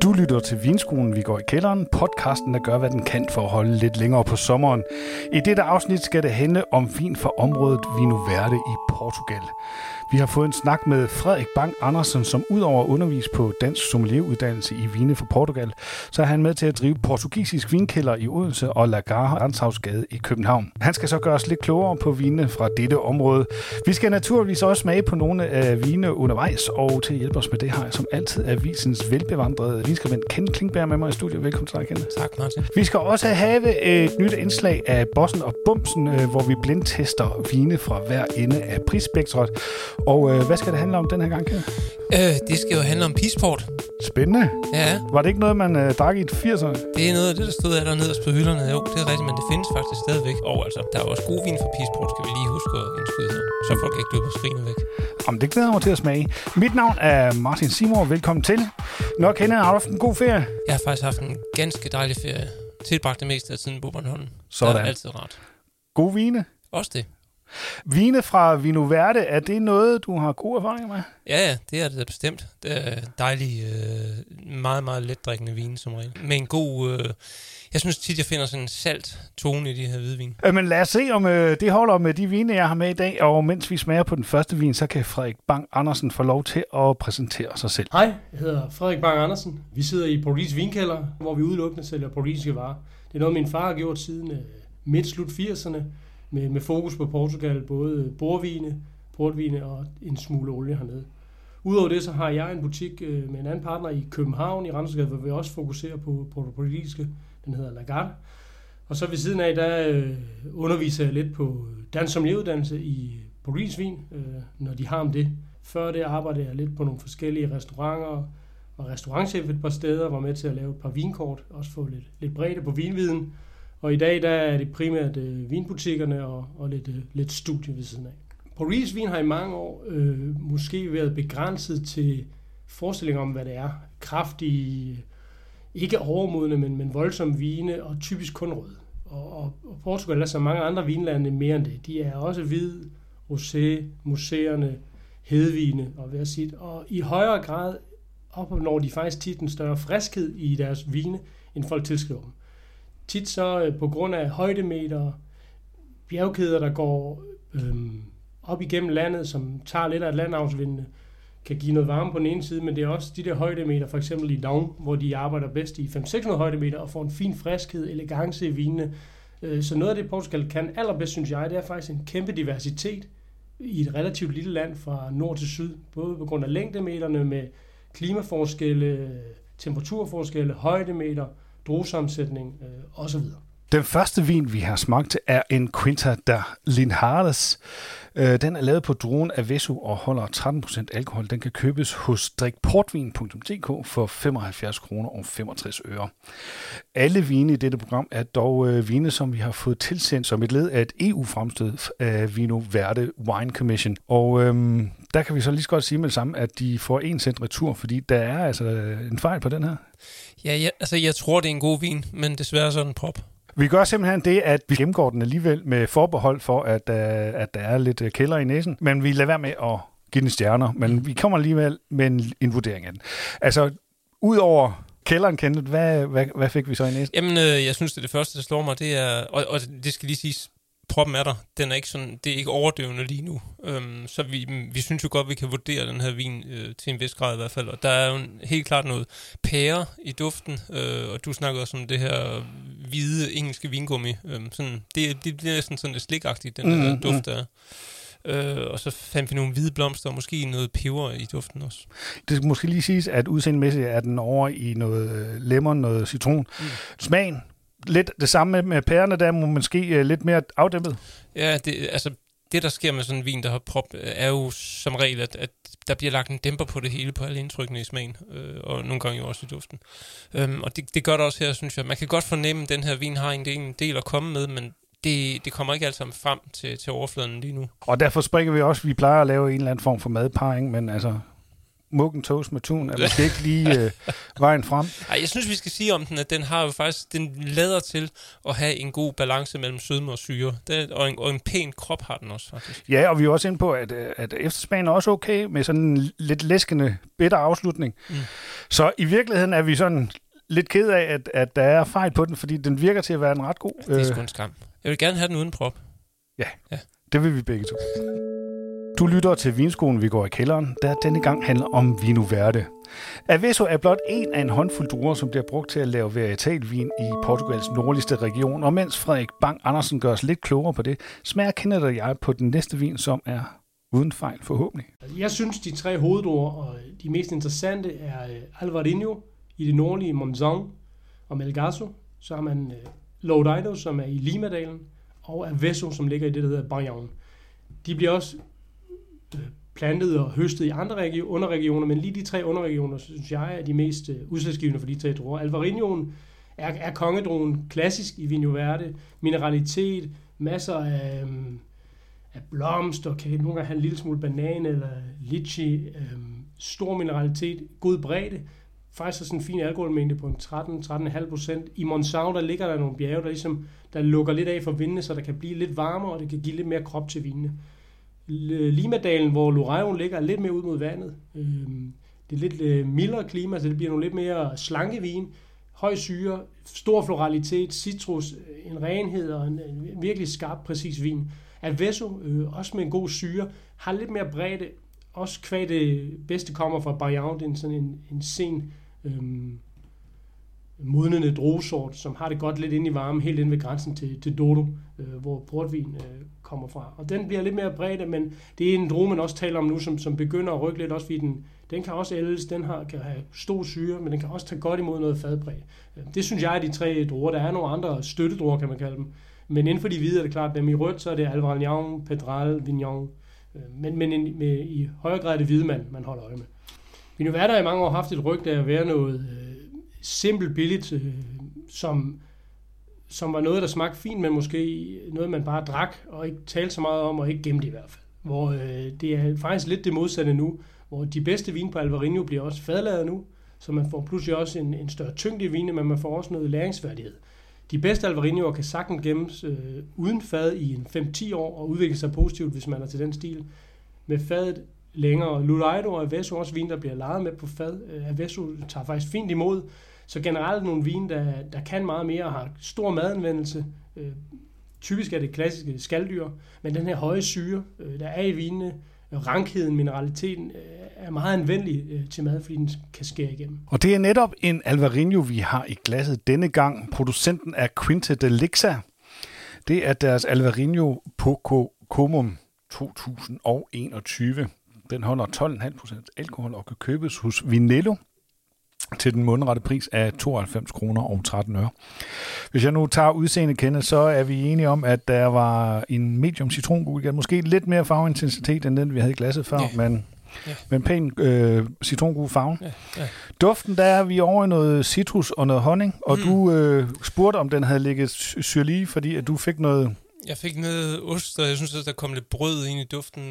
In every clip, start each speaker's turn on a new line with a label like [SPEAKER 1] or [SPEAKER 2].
[SPEAKER 1] Du lytter til Vinskolen, vi går i kælderen, podcasten, der gør, hvad den kan for at holde lidt længere på sommeren. I dette afsnit skal det handle om vin fra området Vinho Verde i Portugal. Vi har fået en snak med Frederik Bang Andersen, som udover at undervise på dansk sommelieruddannelse i vine fra Portugal, så er han med til at drive portugisisk vinkælder i Odense og Lagar Rantzausgade i København. Han skal så gøre os lidt klogere på vine fra dette område. Vi skal naturligvis også smage på nogle af vine undervejs, og til at hjælpe os med det har jeg som altid avisens velbevandrede vinskribent Kenneth Klingberg med mig i studiet. Velkommen til dig, Kenneth.
[SPEAKER 2] Tak, Martin.
[SPEAKER 1] Vi skal også have et nyt indslag af Bossen og Bumsen, hvor vi blindtester vine fra hver ende af prisspektret. Og hvad skal det handle om den her gang, Kenneth?
[SPEAKER 2] Det skal jo handle om Pisport.
[SPEAKER 1] Spændende.
[SPEAKER 2] Ja.
[SPEAKER 1] Var det ikke noget, man drak i 80'erne?
[SPEAKER 2] Det er noget af det, der stod der nederst på hylderne. Jo, det er rigtigt, men det findes faktisk stadigvæk. Og altså, der er også god vin fra Pisport, skal vi lige huske at indskyde her. Så folk ikke løber skrigende væk.
[SPEAKER 1] Jamen, det glæder mig til at smage. Mit navn er Martin Simor. Velkommen til. Nå, Kenneth, har du haft en god ferie?
[SPEAKER 2] Jeg har faktisk haft en ganske dejlig ferie. Tilbragt det meste af tiden på Bornholm.
[SPEAKER 1] Sådan.
[SPEAKER 2] Det er altid rart. God
[SPEAKER 1] vine?
[SPEAKER 2] Også det.
[SPEAKER 1] Vine fra Vinho Verde, er det noget, du har gode erfaringer med?
[SPEAKER 2] Ja, det er det bestemt. Det er dejlige, meget, meget letdrikkende vine som regel. Med en god... Jeg synes tit, jeg finder sådan en salt tone i de her hvidvin.
[SPEAKER 1] Men lad os se, om det holder med de vine, jeg har med i dag. Og mens vi smager på den første vin, så kan Frederik Bang Andersen få lov til at præsentere sig selv.
[SPEAKER 3] Hej, jeg hedder Frederik Bang Andersen. Vi sidder i portugisisk vinkælder, hvor vi udelukkende sælger portugisiske varer. Det er noget, min far har gjort siden midt-slut 80'erne. Med fokus på Portugal, både bordvine, portvine og en smule olie hernede. Udover det, så har jeg en butik med en anden partner i København, i Rantzausgade, hvor vi også fokuserer på portugisiske. Den hedder Lagar. Og så ved siden af, der underviser jeg lidt på dansk sommelieruddannelse i portugisisk vin, når de har om det. Før det arbejdede jeg lidt på nogle forskellige restauranter, og restaurantchef et par steder, var med til at lave et par vinkort, også få lidt bredde på vinviden. Og i dag der er det primært vinbutikkerne og lidt studie ved siden af. Portugisisk vin har i mange år måske været begrænset til forestillinger om, hvad det er. Kraftige, ikke overmodne, men voldsomme vine og typisk kun rød. Og Portugal er som mange andre vinlande mere end det. De er også hvid, rosé, mousserende, hedvine og hvad sige. Og i højere grad opnår de faktisk tit en større friskhed i deres vine, end folk tilskriver dem. Tit så på grund af højdemeter, bjergkæder, der går op igennem landet, som tager lidt af landafsvindene, kan give noget varme på den ene side, men det er også de der højdemeter, for eksempel i Down, hvor de arbejder bedst i 500-600 højdemeter og får en fin friskhed, elegance i vinene. Så noget af det, Portugal kan allerbedst, synes jeg, det er faktisk en kæmpe diversitet i et relativt lille land fra nord til syd, både på grund af længdemeterne med klimaforskelle, temperaturforskelle, højdemeter, druesammensætning osv.
[SPEAKER 1] Den første vin, vi har smagt, er en Quinta da Linhares. Den er lavet på druen Avesso og holder 13% alkohol. Den kan købes hos drikportvin.dk for 75 kroner og 65 øre. Alle vine i dette program er dog vine, som vi har fået tilsendt som et led af et EU-fremstød af Vinho Verde Wine Commission. Og der kan vi så lige så godt sige med det samme, at de får 1 cent retur, fordi der er altså en fejl på den her.
[SPEAKER 2] Ja, jeg tror, det er en god vin, men desværre så er den prop.
[SPEAKER 1] Vi gør simpelthen det, at vi gennemgår den alligevel med forbehold for, at der er lidt kælder i næsen. Men vi lader være med at give den stjerner. Men vi kommer alligevel med en vurdering af den. Altså, udover kælderen, Kenneth, hvad fik vi så i næsen?
[SPEAKER 2] Jamen, jeg synes, det første, der slår mig, det er... Og det skal lige siges, proppen er der. Den er ikke sådan, det er ikke overdøvende lige nu. Så vi synes jo godt, vi kan vurdere den her vin til en vis grad i hvert fald. Og der er jo helt klart noget pære i duften. Og du snakker også om det her hvide engelske vingummi. Det bliver næsten sådan lidt slikagtigt, den der duft der. Og så fandt vi nogle hvide blomster og måske noget peber i duften også.
[SPEAKER 1] Det skal måske lige siges, at udseendemæssigt er den over i noget lemon, noget citron. Smagen? Lidt det samme med pærerne, der må måske lidt mere afdæmpet.
[SPEAKER 2] Ja, det der sker med sådan en vin, der har prop, er jo som regel, at der bliver lagt en dæmper på det hele, på alle indtrykkene i smagen, og nogle gange jo også i duften. Og det gør det også her, synes jeg. Man kan godt fornemme, at den her vin har en del at komme med, men det kommer ikke alt sammen frem til overfladen lige nu.
[SPEAKER 1] Og derfor springer vi også, vi plejer at lave en eller anden form for madparring, men altså... muggen toast med tun er måske ikke lige vejen frem.
[SPEAKER 2] Ej, jeg synes, vi skal sige om den, at den har jo faktisk, den lader til at have en god balance mellem sødme og syre. Og en pæn krop har den også, faktisk.
[SPEAKER 1] Ja, og vi er også inde på, at eftersmagen er også okay med sådan en lidt læskende, bitter afslutning. Så i virkeligheden er vi sådan lidt ked af, at der er fejl på den, fordi den virker til at være en ret god.
[SPEAKER 2] Det er sgu en skam. Jeg vil gerne have den uden prop.
[SPEAKER 1] Ja, det vil vi begge to. Du lytter til Vinskolen, vi går i kælderen, der denne gang handler om Vino Verde. Avesso er blot en af en håndfuld druer, som bliver brugt til at lave varietalvin i Portugals nordligste region. Og mens Frederik Bang Andersen gør os lidt klogere på det, smager kender jeg på den næste vin, som er uden fejl forhåbentlig.
[SPEAKER 3] Jeg synes, de tre hoveddruer og de mest interessante er Alvarinho i det nordlige Monzón og Melgaço. Så har man Lourdes, som er i Limadalen, og Avesso, som ligger i det, der hedder Barão. De bliver også plantet og høstet i andre underregioner, men lige de tre underregioner, synes jeg, er de mest udslagsgivende for de tre druer. Alvarinhoen er kongedruen, klassisk i Vino Verde, mineralitet, masser af blomster, kan nogle gange have en lille smule banan eller litchi, stor mineralitet, god bredde, faktisk sådan en fin alkoholmængde på en 13,5%. I Monzão, der ligger der nogle bjerge, der lukker lidt af for vindene, så der kan blive lidt varmere, og det kan give lidt mere krop til vinene. Limadalen, hvor Lourdes ligger, er lidt mere ud mod vandet. Det er lidt mildere klima, så det bliver nogle lidt mere slanke vin. Høj syre, stor floralitet, citrus, en renhed og en virkelig skarp, præcis vin. Avesso, også med en god syre, har lidt mere bredde, også kvad det bedste kommer fra Barão. Det er sådan en sen modnende druesort, som har det godt lidt inde i varmen, helt inde ved grænsen til Douro, hvor portvin kommer fra. Og den bliver lidt mere bredde, men det er en drue, man også taler om nu, som begynder at rykke lidt, også fordi den kan også ældes, kan have stor syre, men den kan også tage godt imod noget fadpræg. Det synes jeg er de tre druer. Der er nogle andre støttedruer, kan man kalde dem. Men inden for de hvide er det klart, dem i rødt, så er det Alvarinho, Pedral, Vignon. Men i højere grad er det hvide, man holder øje med. Vino Verde har i mange år haft et rygte af at være noget simpelt billigt, som var noget, der smagte fint, men måske noget, man bare drak og ikke talte så meget om, og ikke gemte i hvert fald. Hvor det er faktisk lidt det modsatte nu, hvor de bedste vin på Alvarinho bliver også fadlaget nu, så man får pludselig også en større tyngde i vine, men man får også noget læringsfærdighed. De bedste Alvarinhoer kan sagtens gemmes uden fad i en 5-10 år og udvikle sig positivt, hvis man er til den stil. Med fadet længere. Lourdes og Avesso også vin, der bliver lejet med på fad. Avesso tager faktisk fint imod. Så generelt nogle vin, der kan meget mere og har stor madanvendelse. Typisk er det klassiske skalddyr, men den her høje syre, der er i vinene, rankheden, mineraliteten, er meget anvendelig til mad, fordi den kan skære igennem.
[SPEAKER 1] Og det er netop en Alvarinho, vi har i glasset denne gang. Producenten er Quinta de Lixa. Det er deres Alvarinho Poco Comum 2021. Den holder 12,5% alkohol og kan købes hos Vinello til den mundrette pris af 92 kroner og 13 øre. Hvis jeg nu tager udseendekende, så er vi enige om, at der var en medium citrongul, måske lidt mere farveintensitet end den, vi havde i glasset før, men pæn citrongul farve. Ja. Duften, der er vi over i noget citrus og noget honning, og du spurgte, om den havde ligget syrlige, fordi at du fik noget...
[SPEAKER 2] Jeg fik noget ost, og jeg synes, at der kom lidt brød ind i duften,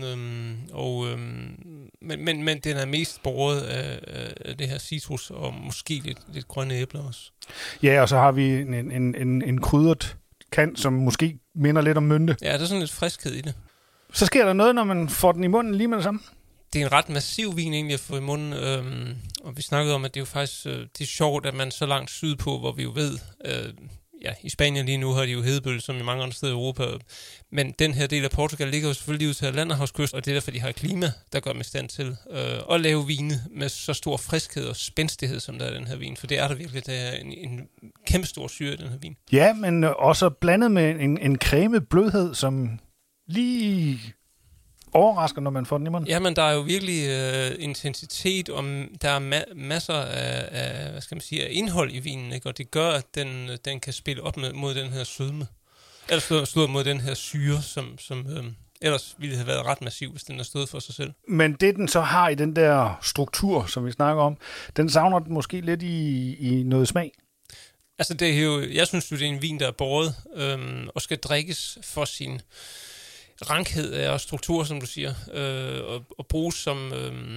[SPEAKER 2] men den er mest båret af det her citrus, og måske lidt grønne æbler også. Ja,
[SPEAKER 1] og så har vi en krydret kant, som måske minder lidt om mynte.
[SPEAKER 2] Ja, der er sådan lidt friskhed i det.
[SPEAKER 1] Så sker der noget, når man får den i munden lige med det samme?
[SPEAKER 2] Det er en ret massiv vin egentlig at få i munden, og vi snakkede om, at det er jo faktisk det er sjovt, at man så langt sydpå, hvor vi jo ved... i Spanien lige nu har de jo hedebølge, som i mange andre steder i Europa. Men den her del af Portugal ligger jo selvfølgelig ud til Atlanterhavskysten, og det er derfor, de har klima, der gør dem i stand til at lave vine med så stor friskhed og spændstighed, som der er den her vin. For det er der virkelig, der er en kæmpe stor syre i den her vin.
[SPEAKER 1] Ja, men også blandet med en cremet blødhed, som lige... overrasker, når man får den i munden.
[SPEAKER 2] Jamen, der er jo virkelig intensitet, og der er masser af, hvad skal man sige, af indhold i vinen, ikke? Og det gør, at den kan spille op mod den her sødme. Eller slå mod den her syre, som ellers ville have været ret massiv, hvis den er stået for sig selv.
[SPEAKER 1] Men det, den så har i den der struktur, som vi snakker om, den savner den måske lidt i noget smag.
[SPEAKER 2] Altså, det er jo, jeg synes jo, det er en vin, der er båret og skal drikkes for sin... rankhed og struktur, som du siger, og bruges som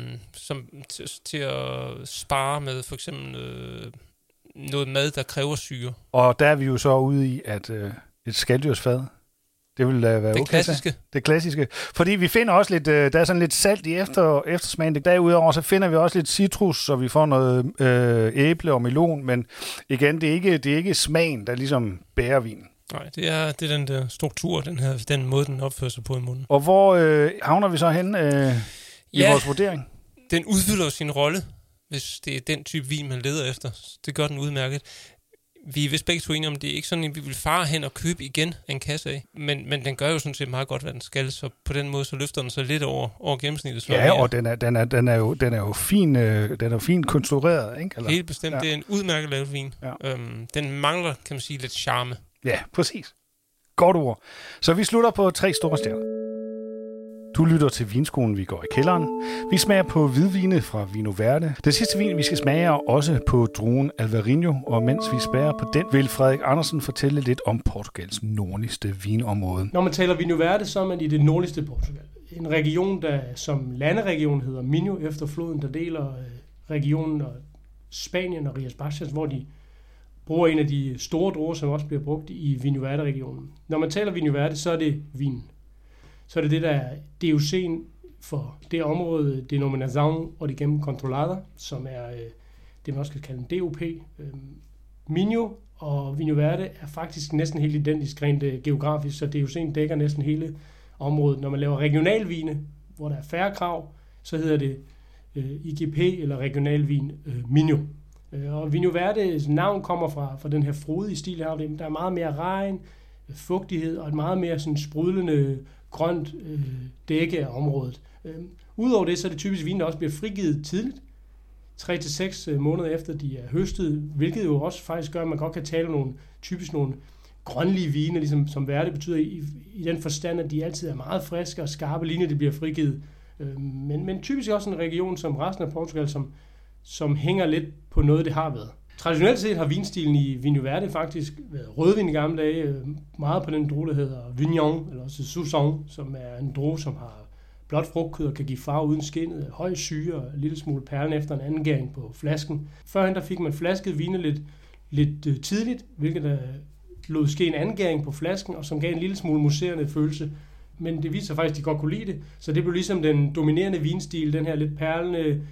[SPEAKER 2] til at spare med for eksempel noget mad, der kræver syre.
[SPEAKER 1] Og der er vi jo så ude i, at et skalddyrsfad, det vil være okay.
[SPEAKER 2] Klassiske.
[SPEAKER 1] Det klassiske. Fordi vi finder også lidt, der er sådan lidt salt i eftersmagen. Derudover så finder vi også lidt citrus, så vi får noget æble og melon, men igen, det er ikke smagen, der ligesom bærer vinen.
[SPEAKER 2] Nej, det er den der struktur, den måde, den opfører sig på i munden.
[SPEAKER 1] Og hvor havner vi så hen i vores vurdering?
[SPEAKER 2] Den udfylder sin rolle, hvis det er den type vin, man leder efter. Det gør den udmærket. Vi er vist begge to enige om, det er ikke sådan, at vi vil fare hen og købe igen en kasse af. Men den gør jo sådan set meget godt, hvad den skal. Så på den måde, så løfter den sig lidt over gennemsnittet.
[SPEAKER 1] Ja, og den er jo fin, den er fint konstrueret, ikke? Eller?
[SPEAKER 2] Helt bestemt. Ja. Det er en udmærket lavet vin. Ja. Den mangler, kan man sige, lidt charme.
[SPEAKER 1] Ja, præcis. Godt ord. Så vi slutter på 3 store stjerner. Du lytter til Vinskolen, vi går i kælderen. Vi smager på hvidvine fra Vino Verde. Det sidste vin, vi skal smage, er også på druen Alvarinho, og mens vi smager på den, vil Frederik Andersen fortælle lidt om Portugals nordligste vinområde.
[SPEAKER 3] Når man taler Vino Verde, så er man i det nordligste Portugal. En region, der som landeregion hedder Minho, efter floden, der deler regionen og Spanien og Rías Baixas, hvor de bruger en af de store druer, som også bliver brugt i Vino Verde-regionen. Når man taler Vino Verde, så er det vinen. Så er det der er DOC'en for det område, Denominação Origen Controlada, som er det, man også kan kalde en DOP. Minho og Vino Verde er faktisk næsten helt identisk rent geografisk, så DOC'en dækker næsten hele området. Når man laver regionalvine, hvor der er færre krav, så hedder det IGP eller regionalvin Minho. Og Vino Verdes navn kommer fra den her frodige stil her. Der er meget mere regn, fugtighed og et meget mere sådan sprudlende grønt dække af området. Udover det, så er det typisk vin, der også bliver frigivet tidligt. 3 til 6 måneder efter de er høstet, hvilket jo også faktisk gør, at man godt kan tale om nogle grønlige vine, ligesom som Verde betyder i den forstand, at de altid er meget friske og skarpe linjer, de bliver frigivet. Men typisk også en region som resten af Portugal, som hænger lidt på noget, det har været. Traditionelt set har vinstilen i Vino Verde faktisk været rødvin i gamle dage, meget på den drue, der hedder Vignon, eller også Sousson, som er en drue, som har blåt frugtkød og kan give farve uden skindet, høj syre og en lille smule perlen efter en anden gæring på flasken. Førhen der fik man flasket vine lidt tidligt, hvilket der lod ske en anden gæring på flasken, og som gav en lille smule muserende følelse. Men det viser sig faktisk, at de godt kunne lide det, så det blev ligesom den dominerende vinstil, den her lidt perlende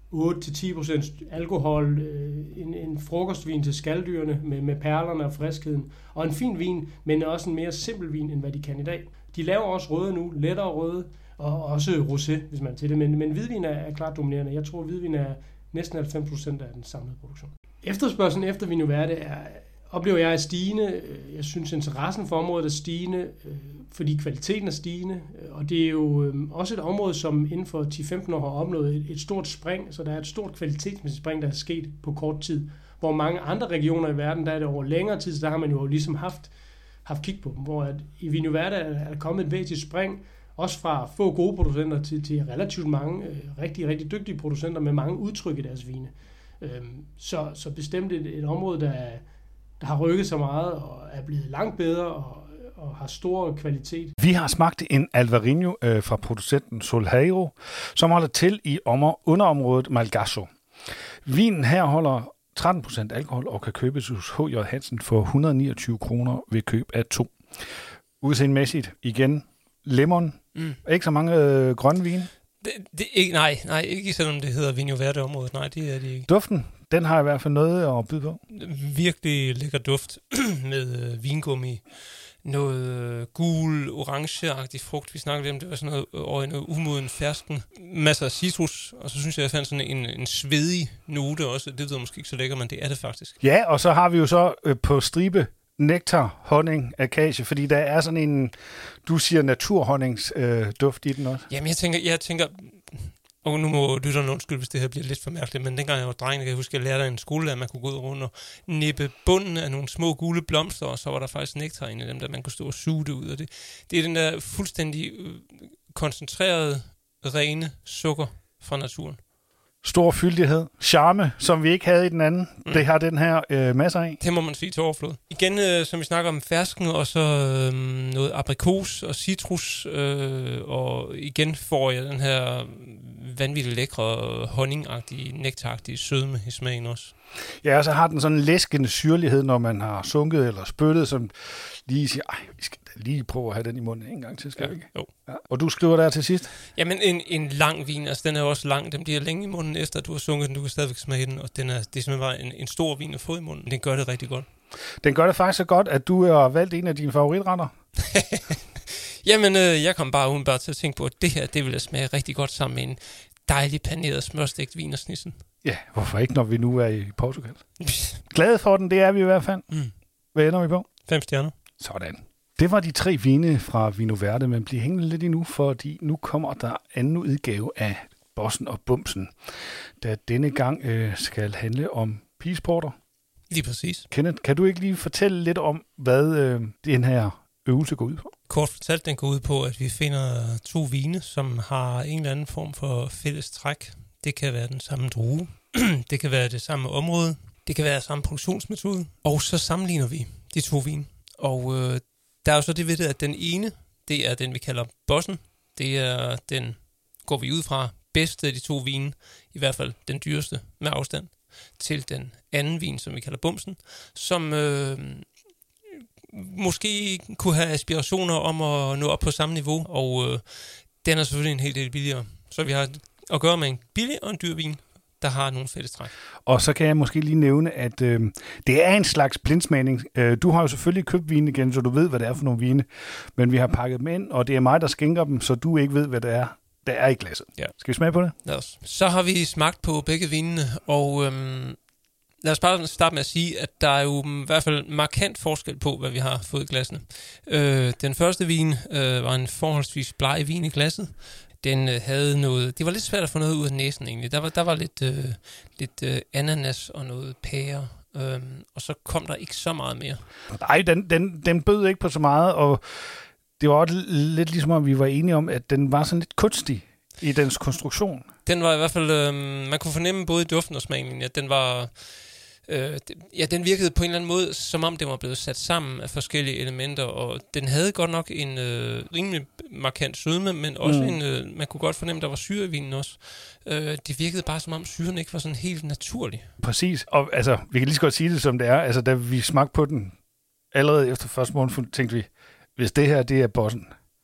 [SPEAKER 3] 8-10% alkohol, en frokostvin til skaldyrene med perlerne og friskheden, og en fin vin, men også en mere simpel vin, end hvad de kan i dag. De laver også røde nu, lettere røde, og også rosé, hvis man til det, men hvidvin er klart dominerende. Jeg tror, at hvidvin er næsten 90% af den samlede produktion. Efterspørgselen efter Vino Verde oplever jeg er stigende. Jeg synes, interessen for området er stigende, fordi kvaliteten er stigende. Og det er jo også et område, som inden for 10-15 år har opnået et stort spring. Så der er et stort kvalitetsmæssigt spring, der er sket på kort tid. Hvor mange andre regioner i verden, der er det over længere tid, så der har man jo ligesom haft kig på dem. Hvor at i Vino Verde er der kommet et væsentligt spring, også fra få gode producenter til relativt mange rigtig, rigtig dygtige producenter med mange udtryk i deres vine. Så bestemt et område, der har rykket så meget og er blevet langt bedre og har stor kvalitet.
[SPEAKER 1] Vi har smagt en Alvarinho fra producenten Solheiro, som holder til i underområdet Malgaço. Vinen her holder 13% alkohol og kan købes hos H.J. Hansen for 129 kroner ved køb af 2. Udseendemæssigt igen lemon. Ikke så mange grønne vine.
[SPEAKER 2] Nej, ikke selvom det hedder Vino Verde-området. Nej, det er det ikke.
[SPEAKER 1] Duften, den har i hvert fald noget at byde på.
[SPEAKER 2] Virkelig lækker duft med vingummi. Noget gul, orangeagtig frugt. Vi snakkede om, det var sådan noget over noget umoden fersken. Masser af citrus, og så synes jeg fandt sådan en svedig note også. Det ved måske ikke så lækker, men det er det faktisk. Ja,
[SPEAKER 1] og så har vi jo så på stribe nektar, honning, akacie, fordi der er sådan en, du siger naturhonningsduft i den også.
[SPEAKER 2] Jamen jeg tænker, og nu må lytterne undskylde, hvis det her bliver lidt for mærkeligt, men dengang jeg var dreng, kan jeg huske, at jeg lærte af en skolelærer, at man kunne gå ud rundt og nippe bunden af nogle små gule blomster, og så var der faktisk nektar inde i dem, der man kunne stå og suge det ud af det. Det er den der fuldstændig koncentrerede, rene sukker fra naturen.
[SPEAKER 1] Stor fyldighed. Charme, som vi ikke havde i den anden. Det har den her masser af.
[SPEAKER 2] Det må man sige til overflod. Igen, som vi snakker om, fersken, og så noget aprikos og citrus, og igen får jeg den her vanvittigt lækre, honningagtige, nektaragtige sødme i smagen også.
[SPEAKER 1] Ja, og så har den sådan en læskende syrlighed, når man har sunket eller spyttet, som lige siger, vi skal da lige prøve at have den i munden en gang til, skal vi ikke?
[SPEAKER 2] Jo.
[SPEAKER 1] Ja. Og du skriver der til sidst?
[SPEAKER 2] Jamen, en lang vin, altså den er også lang, den bliver længe i munden efter, at du har sunket den, du kan stadigvæk smage den, og det er simpelthen bare en stor vin at få i munden. Den gør det rigtig godt. Den
[SPEAKER 1] gør det faktisk så godt, at du har valgt en af dine favoritretter.
[SPEAKER 2] Jamen, jeg kom bare til at tænke på, at det her, det ville smage rigtig godt sammen med en dejlig paneret smørstegt wienerschnitzel.
[SPEAKER 1] Ja, hvorfor ikke, når vi nu er i Portugal? Glade for den, det er vi i hvert fald. Hvad ender vi på?
[SPEAKER 2] 5 stjerner.
[SPEAKER 1] Sådan. Det var de 3 vine fra Vino Verde, men bliver hængende lidt endnu, fordi nu kommer der anden udgave af Bossen og Bumsen, der denne gang skal handle om Peace Porter.
[SPEAKER 2] Lige præcis.
[SPEAKER 1] Kenneth, kan du ikke lige fortælle lidt om, hvad den her øvelse går ud på?
[SPEAKER 2] Kort fortalt, den går ud på, at vi finder 2 vine, som har en eller anden form for fælles træk. Det kan være den samme drue, det kan være det samme område, det kan være samme produktionsmetode, og så sammenligner vi de 2 vine. Og der er jo så det ved det, at den ene, det er den, vi kalder Bossen. Det er den, går vi ud fra, bedste af de 2 vine, i hvert fald den dyreste med afstand, til den anden vin, som vi kalder Bumsen, som måske kunne have aspirationer om at nå op på samme niveau, og den er selvfølgelig en hel del billigere. Så vi har at gøre med en billig og en dyr vin, der har nogle fællestræk.
[SPEAKER 1] Og så kan jeg måske lige nævne, at det er en slags blindsmagning. Du har jo selvfølgelig købt vinen igen, så du ved, hvad det er for nogle vine, men vi har pakket dem ind, og det er mig, der skænker dem, så du ikke ved, hvad det er, der er i glasset.
[SPEAKER 2] Ja.
[SPEAKER 1] Skal vi smage på det?
[SPEAKER 2] Lad os. Så har vi smagt på begge vinene, og lad os bare starte med at sige, at der er jo i hvert fald markant forskel på, hvad vi har fået i glassene. Den første vin var en forholdsvis bleg vin i glasset. Den havde noget... Det var lidt svært at få noget ud af næsen, egentlig. Der var lidt ananas og noget pære, og så kom der ikke så meget mere.
[SPEAKER 1] Nej, den bød ikke på så meget, og det var også lidt ligesom, at vi var enige om, at den var sådan lidt kunstig i dens konstruktion.
[SPEAKER 2] Den var i hvert fald... man kunne fornemme både i duften og smagen, at den var... den virkede på en eller anden måde, som om den var blevet sat sammen af forskellige elementer, og den havde godt nok en rimelig markant sødme, men også man kunne godt fornemme, der var syre i vinen også. Det virkede bare som om syren ikke var sådan helt naturlig.
[SPEAKER 1] Præcis, og altså, vi kan lige så godt sige det som det er. Altså, da vi smagte på den allerede efter første måned, tænkte vi, hvis det her, det er Bossen,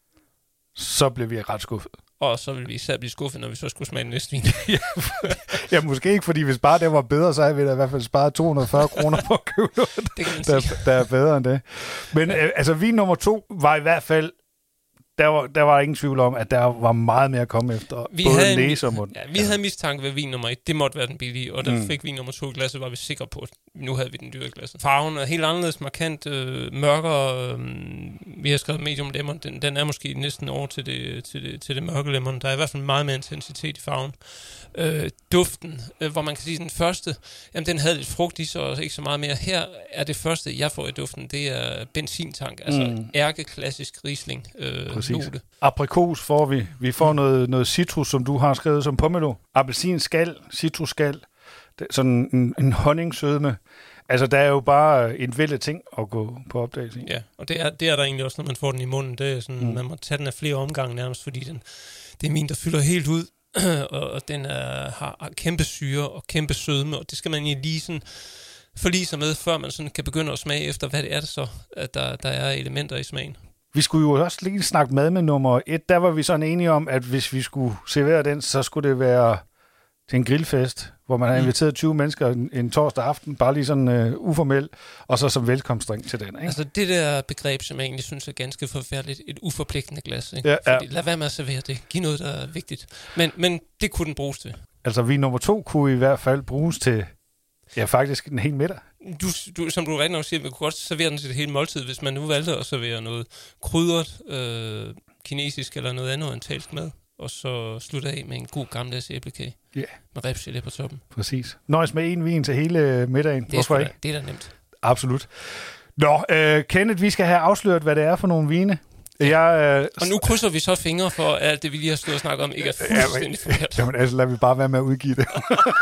[SPEAKER 1] så blev vi ret skuffet.
[SPEAKER 2] Og så ville vi især blive skuffet, når vi så skulle smage den næste vin.
[SPEAKER 1] Ja, måske ikke, fordi hvis bare det var bedre, så havde vi da i hvert fald sparet 240 kroner på at købe noget, der er bedre end det. Men altså, vin nummer 2 var i hvert fald, der var ingen tvivl om, at der var meget mere at komme efter. Både næse og mund.
[SPEAKER 2] Ja, vi havde mistanke ved vin nummer 1. Det måtte være den billige, og da fik vin nummer 2 i glasset, var vi sikre på, at nu havde vi den dyre i glasset. Farven er helt anderledes, markant mørkere. Vi har skrevet medium lemon. Den er måske næsten over til det mørke lemon. Der er i hvert fald meget mere intensitet i farven. Duften, hvor man kan sige, den første, jamen den havde lidt frugt i sig, og ikke så meget mere. Her er det første, jeg får i duften, det er benzintank, altså ærkeklassisk Riesling. Note.
[SPEAKER 1] Aprikos får vi. Vi får noget citrus, som du har skrevet som pomelo. Appelsinskal, citrusskal, sådan en honningsødme. Altså, der er jo bare en væld af ting at gå på opdagelse i.
[SPEAKER 2] Ja, og det er der egentlig også, når man får den i munden. Det er sådan, man må tage den af flere omgange nærmest, fordi det er min, der fylder helt ud, og den har kæmpe syre og kæmpe sødme, og det skal man lige sådan forlige sig med, før man sådan kan begynde at smage efter, hvad det er det så, at der er elementer i smagen.
[SPEAKER 1] Vi skulle jo også lige snakke mad med nummer 1. Der var vi sådan enige om, at hvis vi skulle servere den, så skulle det være til en grillfest, hvor man har inviteret 20 mennesker en torsdag aften, bare lige sådan uformel, og så som velkomstdrink til den. Ikke?
[SPEAKER 2] Altså det der begreb, som jeg egentlig synes er ganske forfærdeligt, et uforpligtende glas. Ikke?
[SPEAKER 1] Ja.
[SPEAKER 2] Fordi, lad være med at servere det. Giv noget, der er vigtigt. Men det kunne den bruges til.
[SPEAKER 1] Altså vi nummer 2 kunne i hvert fald bruges til, ja faktisk en hel middag.
[SPEAKER 2] Du, som du rigtig nok siger, vi kunne godt servere den til det hele måltid, hvis man nu valgte at servere noget krydret, kinesisk eller noget andet orientalsk mad, og så slutte af med en god gammeldags æblekage med ribsgelé på toppen.
[SPEAKER 1] Præcis. Nøjes med en vin til hele middagen. Hvorfor ikke?
[SPEAKER 2] Det er da nemt.
[SPEAKER 1] Absolut. Nå, Kenneth, vi skal have afsløret, hvad det er for nogle vine.
[SPEAKER 2] Og nu krydser vi så fingre for, at alt det, vi lige har stået og snakket om, ikke er fuldstændig forkert.
[SPEAKER 1] Jamen altså, lad vi bare være med at udgive det.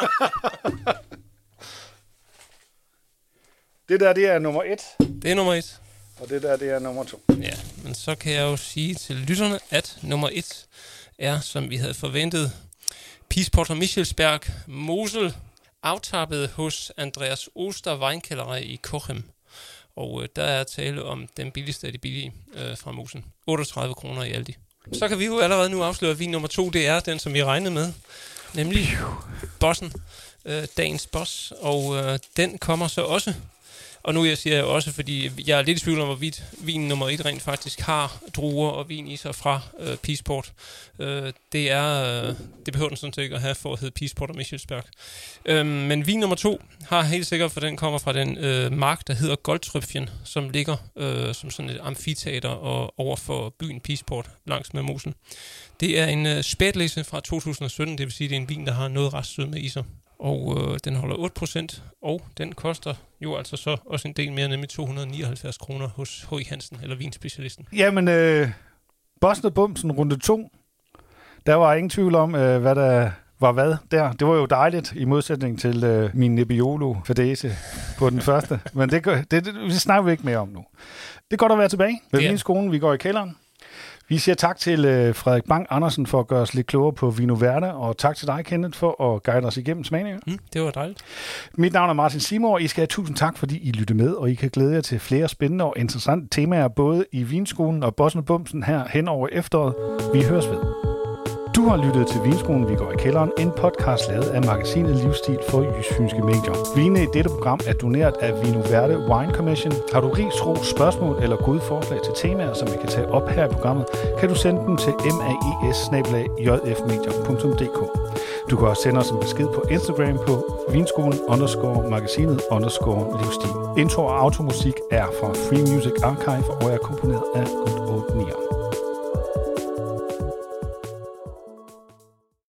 [SPEAKER 1] Det der, det er nummer 1.
[SPEAKER 2] Det er nummer 1.
[SPEAKER 1] Og det der, det er nummer 2.
[SPEAKER 2] Ja, men så kan jeg jo sige til lytterne, at nummer 1 er, som vi havde forventet, Peaceporter Michelsberg Mosel, aftappet hos Andreas Oster Weinkællerei i Cochem. Og der er tale om den billigste af de billige fra Mosen. 38 kroner i Aldi. Så kan vi jo allerede nu afsløre, at vin nummer 2, det er den, som vi regnede med. Nemlig Bossen, dagens boss. Og den kommer så også. Og nu siger jeg også, fordi jeg er lidt i tvivl om, hvorvidt vin nummer 1 rent faktisk har druer og vin i sig fra Peaceport. Det behøver den sådan set ikke at have for at hedde Peaceporter Michelsberg. Men vin nummer 2 har helt sikkert, for den kommer fra den mark, der hedder Goldtrøpfjen, som ligger som sådan et amfiteater og over for byen Peaceport langs med Mosen. Det er en spætlæse fra 2017, det vil sige, det er en vin, der har noget restsødme i sig. Og den holder 8%, og den koster jo altså så også en del mere, nemlig 279 kroner hos H.I. Hansen, eller vinspecialisten.
[SPEAKER 1] Jamen, Bossen og Bumsen runde 2, der var ingen tvivl om, hvad der var hvad der. Det var jo dejligt, i modsætning til min Nebbiolo Fadese på den første. Men det snakker vi ikke mere om nu. Det er godt at være tilbage med vinskolen. Vi går i kælderen. Vi siger tak til Frederik Bang Andersen for at gøre os lidt klogere på Vino Verde, og tak til dig, Kenneth, for at guide os igennem smagninger.
[SPEAKER 2] Det var dejligt.
[SPEAKER 1] Mit navn er Martin Simor, og I skal have tusind tak, fordi I lytter med, og I kan glæde jer til flere spændende og interessante temaer, både i Vinskolen og Bossen og Bumsen her hen over efteråret. Vi høres ved. Du har lyttet til Vinskolen, vi går i kælderen, en podcast lavet af magasinet Livsstil for Jysfynske Medier. Vine i dette program er doneret af Vino Verde Wine Commission. Har du ris, ros, spørgsmål eller gode forslag til temaer, som vi kan tage op her i programmet, kan du sende dem til maes@jfmedier.dk. Du kan også sende os en besked på Instagram på vinskolen_magasinet_livsstil. Intro og automusik er fra Free Music Archive og er komponeret af Good Old Nier.